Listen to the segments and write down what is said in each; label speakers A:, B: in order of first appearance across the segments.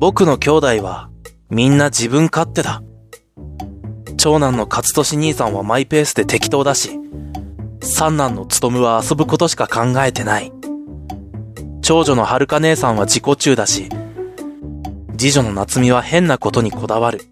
A: 僕の兄弟はみんな自分勝手だ。長男の勝利兄さんはマイペースで適当だし、三男の務は遊ぶことしか考えてない。長女の遥姉さんは自己中だし、次女の夏美は変なことにこだわる。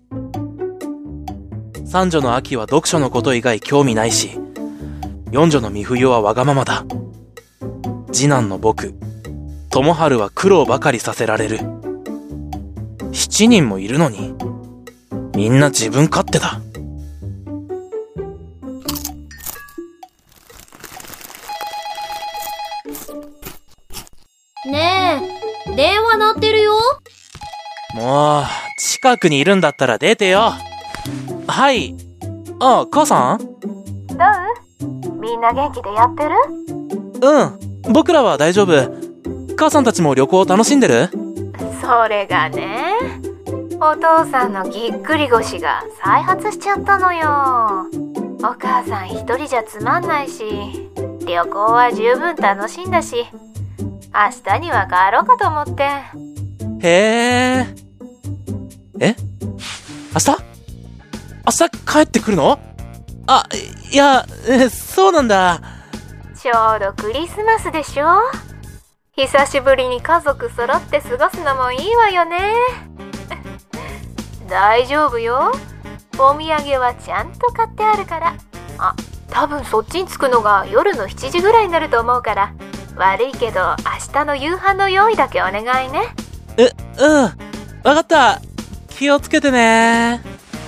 A: 三女の秋は読書のこと以外興味ないし、四女の美冬はわがままだ。次男の僕、智春は苦労ばかりさせられる。7人もいるのに、みんな自分勝手だ。
B: ねえ、電話鳴ってるよ。
A: もう、近くにいるんだったら出てよ。はい。あ、母さん？
C: どう？みんな元気でやってる？
A: うん、僕らは大丈夫。母さんたちも旅行楽しんでる？
C: それがね、お父さんのぎっくり腰が再発しちゃったのよ。お母さん一人じゃつまんないし、旅行は十分楽しんだし、明日には帰ろうかと思って。
A: へー。え？明日帰ってくるの？あ、いや、そうなんだ。
C: ちょうどクリスマスでしょ？久しぶりに家族揃って過ごすのもいいわよね。大丈夫よ。お土産はちゃんと買ってあるから。あ、多分そっちに着くのが夜の7時ぐらいになると思うから、悪いけど明日の夕飯の用意だけお願いね。
A: うん。わかった。気をつけてね。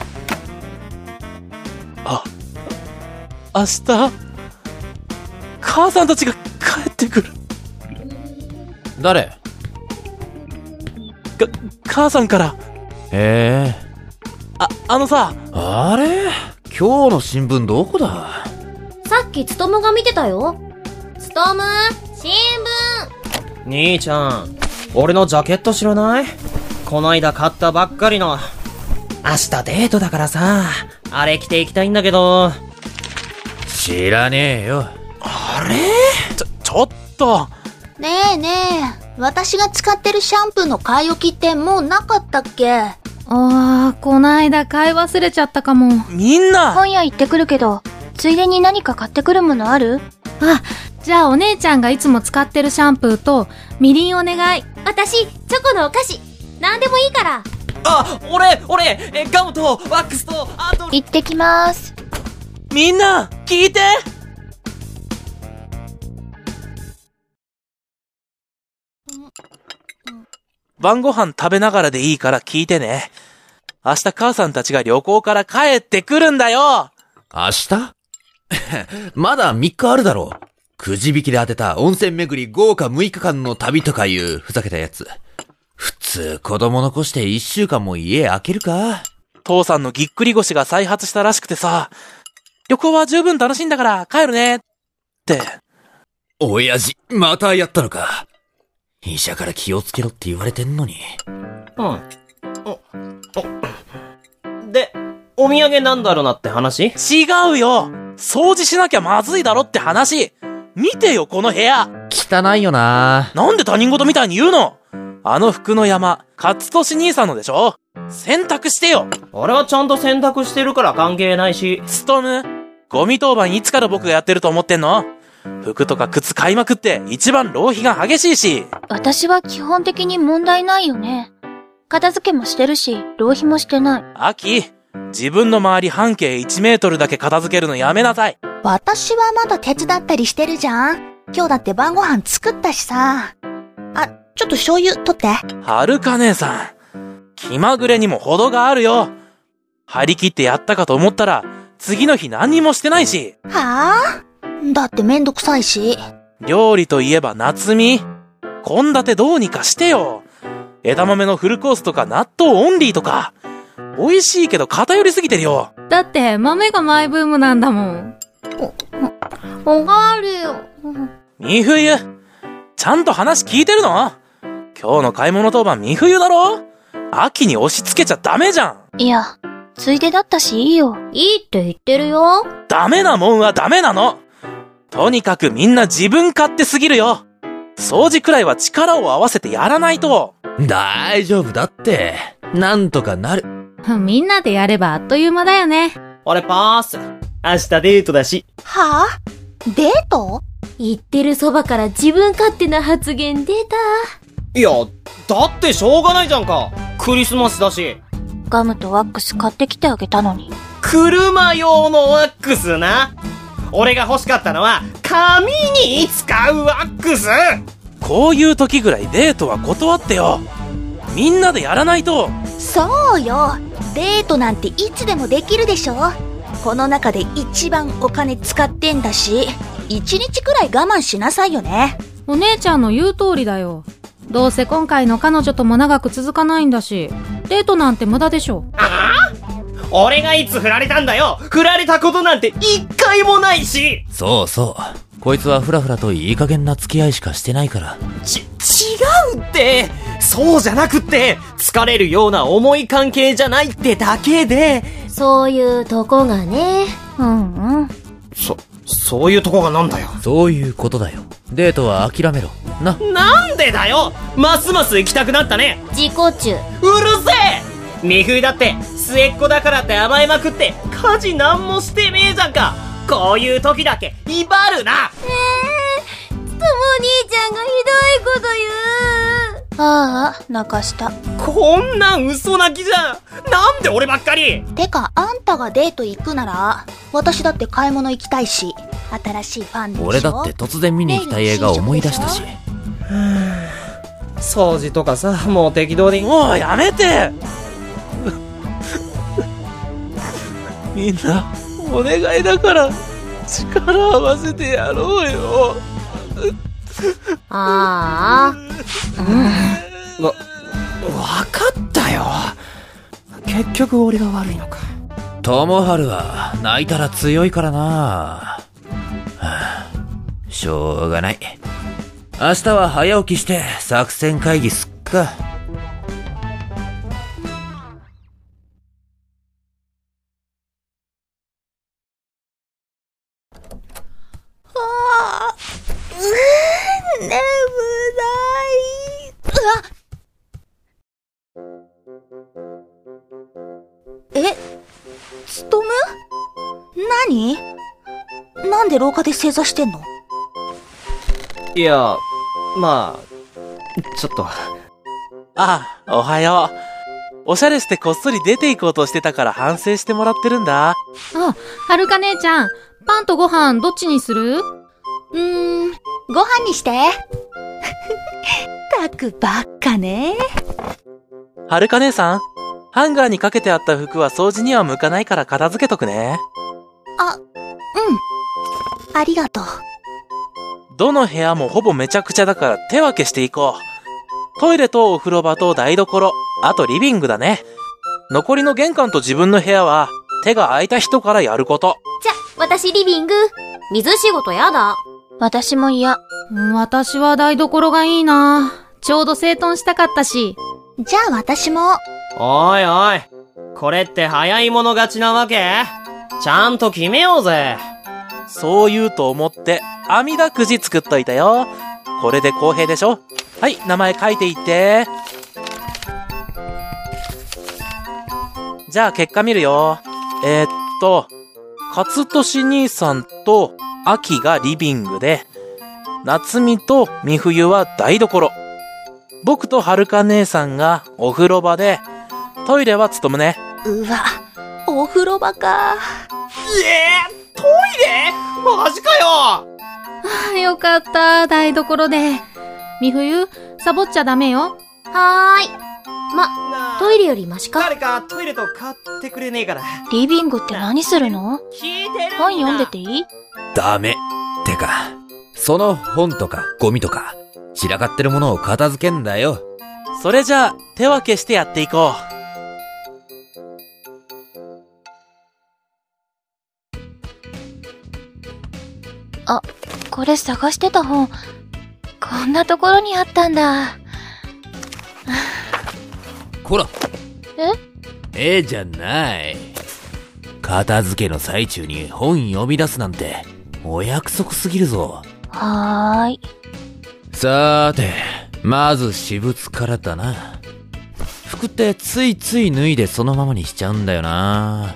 A: あ、明日、母さんたちが帰ってくる。
D: 誰？
A: 母さんから。
D: へえ。
A: あのさ。
D: あれ？今日の新聞どこだ？
B: さっきつとむが見てたよ。つとむ、新聞。
E: 兄ちゃん、俺のジャケット知らない？こないだ買ったばっかりの。明日デートだからさ、あれ着ていきたいんだけど。
D: 知らねえよ。
A: あれ？ちょっと。
F: ねえ、私が使ってるシャンプーの買い置きってもうなかったっけ？
G: こないだ買い忘れちゃったかも。
A: みんな
F: 本屋行ってくるけど、ついでに何か買ってくるものある？
G: じゃあお姉ちゃんがいつも使ってるシャンプーとみりんお願い。
B: 私、チョコのお菓子。なんでもいいから。
E: あ、俺、ガムとワックスと、あと。
F: 行ってきまーす。
A: みんな、聞いて！晩ご飯食べながらでいいから聞いてね。明日母さんたちが旅行から帰ってくるんだよ。
D: 明日？まだ3日あるだろう。くじ引きで当てた温泉巡り豪華6日間の旅とかいうふざけたやつ。普通子供残して1週間も家開けるか？
A: 父さんのぎっくり腰が再発したらしくてさ、旅行は十分楽しいんだから帰るねって。
D: 親父、またやったのか。医者から気をつけろって言われてんのに。
E: で、お土産なんだろうなって話？
A: 違うよ。掃除しなきゃまずいだろって話。見てよ、この部屋。
D: 汚いよな。
A: なんで他人事みたいに言うの？あの服の山、勝利兄さんのでしょ？洗濯してよ。
E: 俺はちゃんと洗濯してるから関係ないし。
A: つとむ、ゴミ当番いつから僕がやってると思ってんの？服とか靴買いまくって一番浪費が激しいし。
F: 私は基本的に問題ないよね。片付けもしてるし、浪費もしてない。
A: 秋、自分の周り半径1メートルだけ片付けるのやめなさい。
F: 私はまだ手伝ったりしてるじゃん。今日だって晩ご飯作ったしさ。ちょっと醤油取って。
A: はるか姉さん、気まぐれにも程があるよ。張り切ってやったかと思ったら、次の日何にもしてないし。
F: はぁ？だってめんどくさいし。
A: 料理といえば夏美。献立どうにかしてよ。枝豆のフルコースとか納豆オンリーとか。美味しいけど偏りすぎてるよ。
G: だって豆がマイブームなんだもん。
B: おかわりよ。
A: み冬、ちゃんと話聞いてるの？今日の買い物当番み冬だろ？秋に押し付けちゃダメじゃん。
F: いや、ついでだったしいいよ。
B: いいって言ってるよ。
A: ダメなもんはダメなの。とにかくみんな自分勝手すぎるよ。 掃除くらいは力を合わせてやらないと。
D: 大丈夫だって。なんとかなる。
G: みんなでやればあっという間だよね。
E: 俺パース。明日デートだし。
F: はぁ、デート？
B: 言ってるそばから自分勝手な発言出た。
E: いや、だってしょうがないじゃんか。クリスマスだし。
F: ガムとワックス買ってきてあげたのに。
E: 車用のワックスな。俺が欲しかったのは紙に使うワックス。
A: こういう時ぐらいデートは断ってよ。みんなでやらないと。
F: そうよ、デートなんていつでもできるでしょ。この中で一番お金使ってんだし、一日くらい我慢しなさいよね。
G: お姉ちゃんの言う通りだよ。どうせ今回の彼女とも長く続かないんだし、デートなんて無駄でしょ。
E: ああ？俺がいつ振られたんだよ。振られたことなんて一回もないし。
D: そうそう。こいつはフラフラといい加減な付き合いしかしてないから。
E: 違うって。そうじゃなくって、疲れるような重い関係じゃないってだけで。
B: そういうとこがね。
F: うんうん。
E: そういうとこがなんだよ。
D: そういうことだよ。デートは諦めろ。
E: なんでだよ。ますます行きたくなったね。
B: 自己中。
E: うるせえ。美冬だって末っ子だからって甘えまくって家事なんもしてねえじゃんか。こういう時だけ威張るな。
B: つとも兄ちゃんがひどいこと言う。
F: ああ、泣かした。
E: こんなん嘘泣きじゃん。なんで俺ばっかり。
F: てか、あんたがデート行くなら、私だって買い物行きたいし、新しいファンでしょ。
D: 俺だって突然見に行きたい映画を思い出したし。
E: 掃除とかさ、もう適当に。
A: もうやめてみんなお願いだから力を合わせてやろうよ。
B: ああ。
E: わかったよ。結局俺が悪いのか。
D: 友春は泣いたら強いからな。はあ、しょうがない。明日は早起きして作戦会議すっか。
F: 眠ない。ストム？何？なんで廊下で正座してんの？
E: いや、まあちょっと。
A: あ、おはよう。おしゃれしてこっそり出て行こうとしてたから反省してもらってるんだ。
G: あ、はるか姉ちゃん、パンとご飯どっちにする？
F: ご飯にして。たくばっかね。
A: はるか姉さん、ハンガーにかけてあった服は掃除には向かないから片付けとくね。
F: あ、ありがとう。
A: どの部屋もほぼめちゃくちゃだから手分けしていこう。トイレとお風呂場と台所、あとリビングだね。残りの玄関と自分の部屋は手が空いた人からやること。
B: じゃ、私リビング。水仕事やだ。
F: 私も嫌。
G: 私は台所がいいな。ちょうど整頓したかったし。
F: じゃあ私も。
E: おいおい。これって早い者勝ちなわけ？ちゃんと決めようぜ。
A: そう言うと思って網だくじ作っといたよ。これで公平でしょ。はい、名前書いていって。じゃあ結果見るよ。勝利兄さんと秋がリビングで、夏美と美冬は台所。僕とはるか姉さんがお風呂場で、トイレはつとむね。
F: うわ、お風呂場か。
E: トイレ？マジかよ。
G: よかった、台所で。美冬、サボっちゃダメよ。
B: はーい。トイレよりマシか。
E: 誰かトイレと買ってくれねえから。
F: リビングって何するの？
E: 聞いてる？
F: 本読んでていい？
D: ダメ。てか、その本とかゴミとか、散らかってるものを片付けんだよ。
A: それじゃあ手分けしてやっていこう。
F: あ、これ探してた本、こんなところにあったんだ。
D: こら。じゃない。片付けの最中に本読み出すなんて、お約束すぎるぞ。
F: はーい。
D: さーて、まず私物からだな。服ってついつい脱いでそのままにしちゃうんだよな。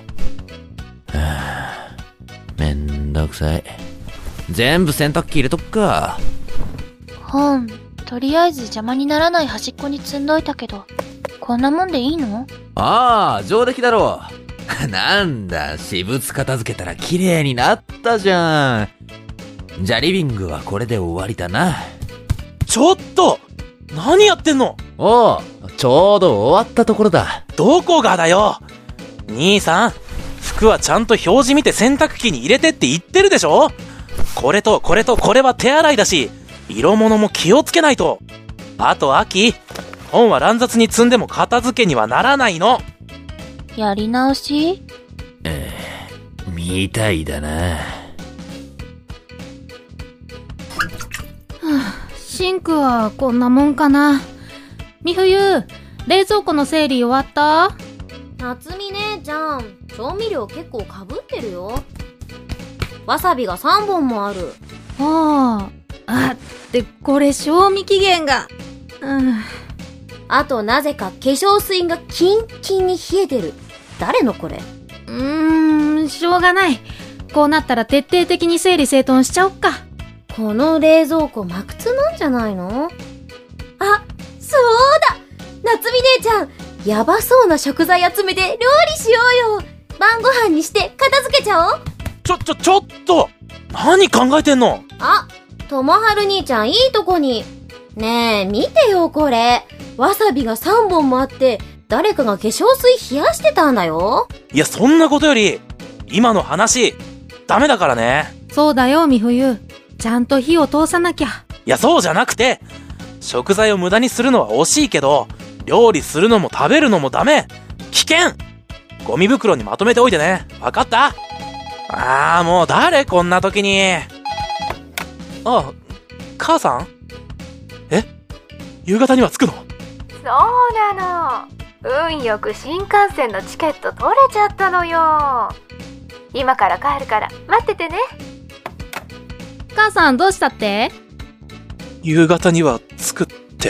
D: めんどくさい。全部洗濯機入れとくか。
F: 本、とりあえず邪魔にならない端っこに積んどいたけど、こんなもんでいいの？
D: ああ、上出来だろう。なんだ、私物片付けたら綺麗になったじゃん。じゃあリビングはこれで終わりだな。
A: ちょっと何やってんの？
D: おう、ちょうど終わったところだ。
A: どこがだよ。兄さん、服はちゃんと表示見て洗濯機に入れてって言ってるでしょ。これとこれとこれは手洗いだし、色物も気をつけないと。あと秋、本は乱雑に積んでも片付けにはならないの。
F: やり直し？
D: みたいだな。
G: シンクはこんなもんかな。みふゆ、冷蔵庫の整理終わった？
B: 夏美姉ちゃん、調味料結構かぶってるよ。わさびが3本もある。
G: ってこれ賞味期限が。
B: あとなぜか化粧水がキンキンに冷えてる。誰のこれ？
G: しょうがない。こうなったら徹底的に整理整頓しちゃおっか。
B: この冷蔵庫真靴なんじゃないの？あ、そうだ！夏美姉ちゃん、やばそうな食材集めて料理しようよ。晩ご飯にして片付けちゃおう。
A: ちょっと何考えてんの？
B: あ、ともはる兄ちゃんいいとこに。ねえ、見てよこれ。わさびが3本もあって、誰かが化粧水冷やしてたんだよ。
A: いや、そんなことより、今の話、ダメだからね。
G: そうだよ、みふゆ。ちゃんと火を通さなきゃ。
A: いや、そうじゃなくて、食材を無駄にするのは惜しいけど、料理するのも食べるのもダメ。危険！ゴミ袋にまとめておいてね。わかった？もう誰こんな時に。母さん？夕方には着くの？
C: そうなの。運よく新幹線のチケット取れちゃったのよ。今から帰るから待っててね。
G: 母さんどうしたって？
A: 夕方には着くって。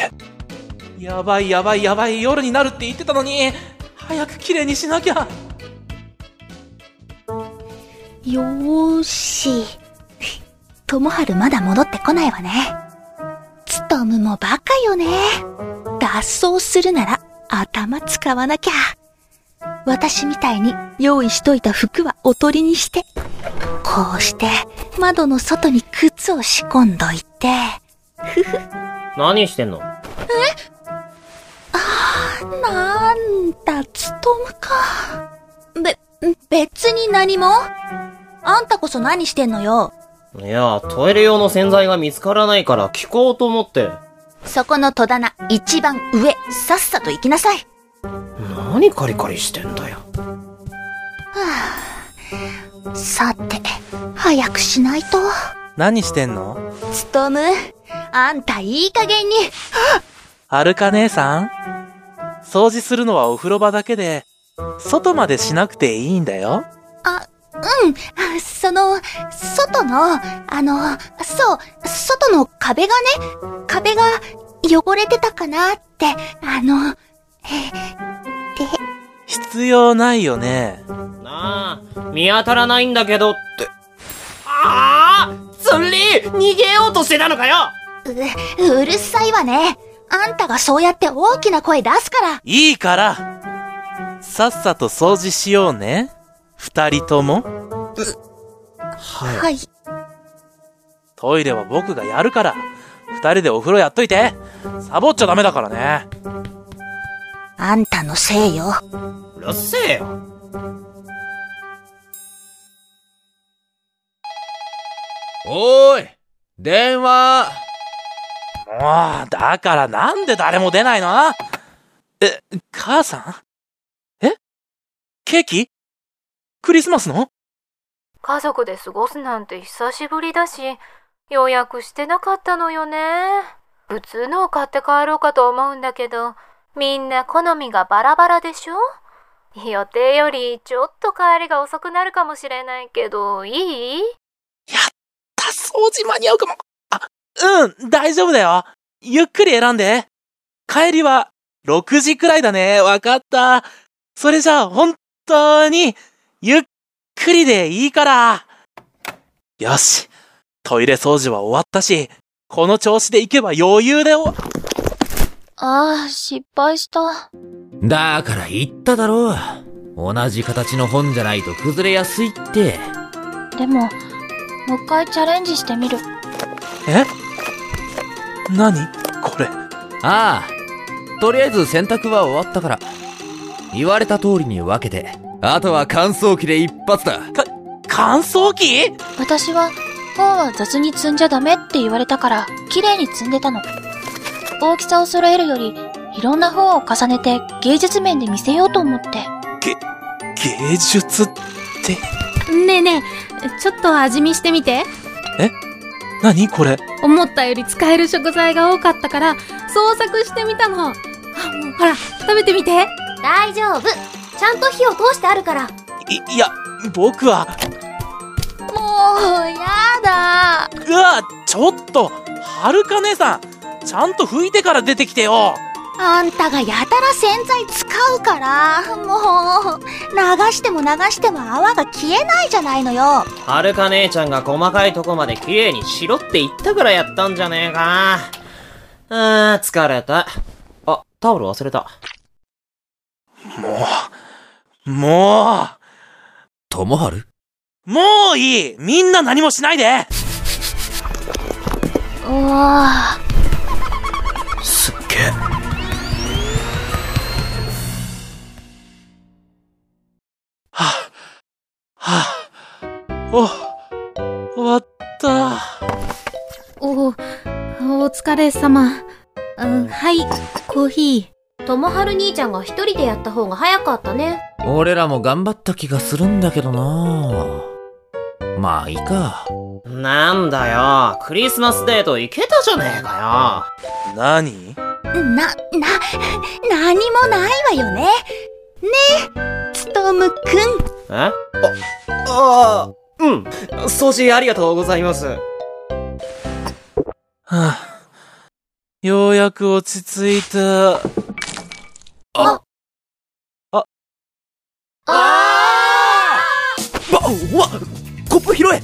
A: やばい、夜になるって言ってたのに、早く綺麗にしなきゃ。
F: よーし。ともはるまだ戻ってこないわね。ツトムもバカよね。脱走するなら頭使わなきゃ。私みたいに用意しといた服はおとりにして、こうして窓の外に靴を仕込んどいて。
E: 何してんの？
F: なんだ、ツトムか。別に何も。あんたこそ何してんのよ。
E: いや、トイレ用の洗剤が見つからないから聞こうと思って。
F: そこの戸棚一番上、さっさと行きなさい。
E: 何カリカリしてんだよ。
F: さて、早くしないと。
A: 何してんの？
F: ツトム、あんたいい加減に。
A: はるか姉さん？掃除するのはお風呂場だけで、外までしなくていいんだよ。
F: 外の、外の壁が汚れてたかなって、
A: 必要ないよね。
E: なあ、見当たらないんだけどって。ツンリー、逃げようとしてたのかよ。
F: うるさいわね。あんたがそうやって大きな声出すから。
A: いいから、さっさと掃除しようね。二人とも。
F: はい。
A: トイレは僕がやるから、二人でお風呂やっといて。サボっちゃダメだからね。
F: あんたのせいよ。
E: うるせえよ。
D: おーい、電話。
A: もう、だからなんで誰も出ないの？母さん？ケーキ？クリスマスの？
C: 家族で過ごすなんて久しぶりだし、予約してなかったのよね。普通のを買って帰ろうかと思うんだけど、みんな好みがバラバラでしょ？予定よりちょっと帰りが遅くなるかもしれないけど、いい？
A: やった、掃除間に合うかも。 大丈夫だよ。ゆっくり選んで。帰りは6時くらいだね。わかった。それじゃあ本当にゆっくりでいいから。よし。トイレ掃除は終わったし、この調子で行けば余裕で
F: 失敗した。
D: だから言っただろう。同じ形の本じゃないと崩れやすいって。
F: でも、もう一回チャレンジしてみる。
A: え？何これ。
D: とりあえず洗濯は終わったから。言われた通りに分けて、あとは乾燥機で一発だ。
A: 乾燥機？
F: 私は、本は雑に積んじゃダメって言われたから、綺麗に積んでたの。大きさを揃えるより、いろんな本を重ねて芸術面で見せようと思って。
A: 芸術って？
G: ねえねえ、ちょっと味見してみて。
A: え？何これ？
G: 思ったより使える食材が多かったから、創作してみたの。もうほら、食べてみて。
B: 大丈夫。ちゃんと火を通してあるから。
A: いや、僕は。
F: もう、やだ。
A: ちょっと、はるか姉さん、ちゃんと拭いてから出てきてよ。
F: あんたがやたら洗剤使うから、もう、流しても泡が消えないじゃないのよ。
E: はるか姉ちゃんが細かいとこまで綺麗にしろって言ったからやったんじゃねえか。疲れた。タオル忘れた。
A: もう。
D: ともはる？
A: もういい！みんな何もしないで！すっげえ。終わった。
G: お疲れ様。はい、コーヒ
B: ー。ともはる兄ちゃんが一人でやった方が早かったね。
D: 俺らも頑張った気がするんだけどな。まあいいか。
E: なんだよ、クリスマスデート行けたじゃねえか
A: よ。何？
F: 何もないわよね。ねえ、つとむくん。
E: 掃除ありがとうございます。
A: ようやく落ち着いた。
D: コップ拾え。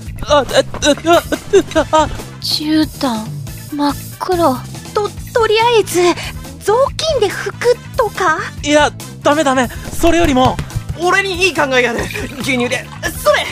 F: 絨毯、真っ黒。とりあえず、雑巾で拭くとか？
A: いや、ダメ。それよりも。
E: 俺にいい考えがある。牛乳で、それ！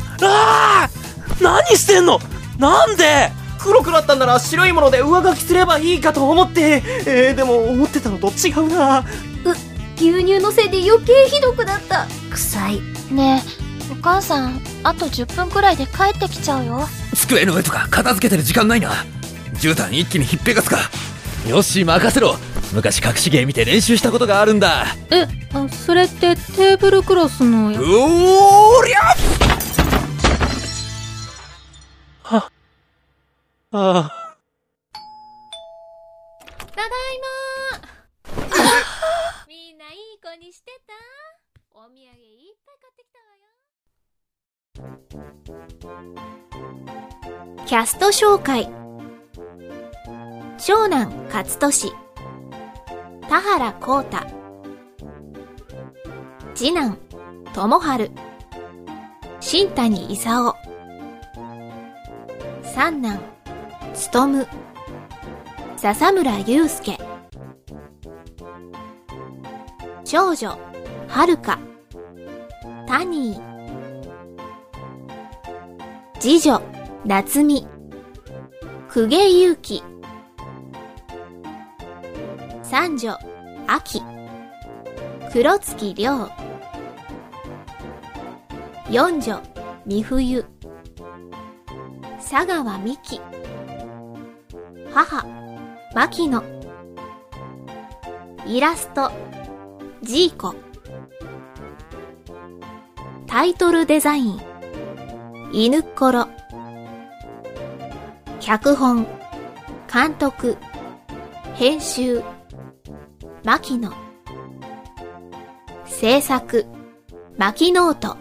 A: 何してんの？なんで？
E: 黒くなったんなら白いもので上書きすればいいかと思って。でも思ってたのと違うな。
B: 牛乳のせいで余計ひどくなった。臭い。
F: ねえ、お母さん、あと10分くらいで帰ってきちゃうよ。
D: 机の上とか片付けてる時間ないな。絨毯一気にひっぺがすか。よし、任せろ。昔隠し芸見て練習したことがあるんだ。
G: それってテーブルクロスの。
D: おーりゃ！
G: ただいまみんないい子にしてた？お土産いっぱい買ってきたわよ。
B: キャスト紹介。長男勝利、田原光太、次男智春、新谷勲、三男勉、笹村雄介、長女遥香、タニー、次女夏美、公家祐希、三女秋、黒月亮、四女美冬、佐川美希、母牧野、イラストジーコ、タイトルデザイン犬っころ、脚本監督編集牧野、制作牧ノート。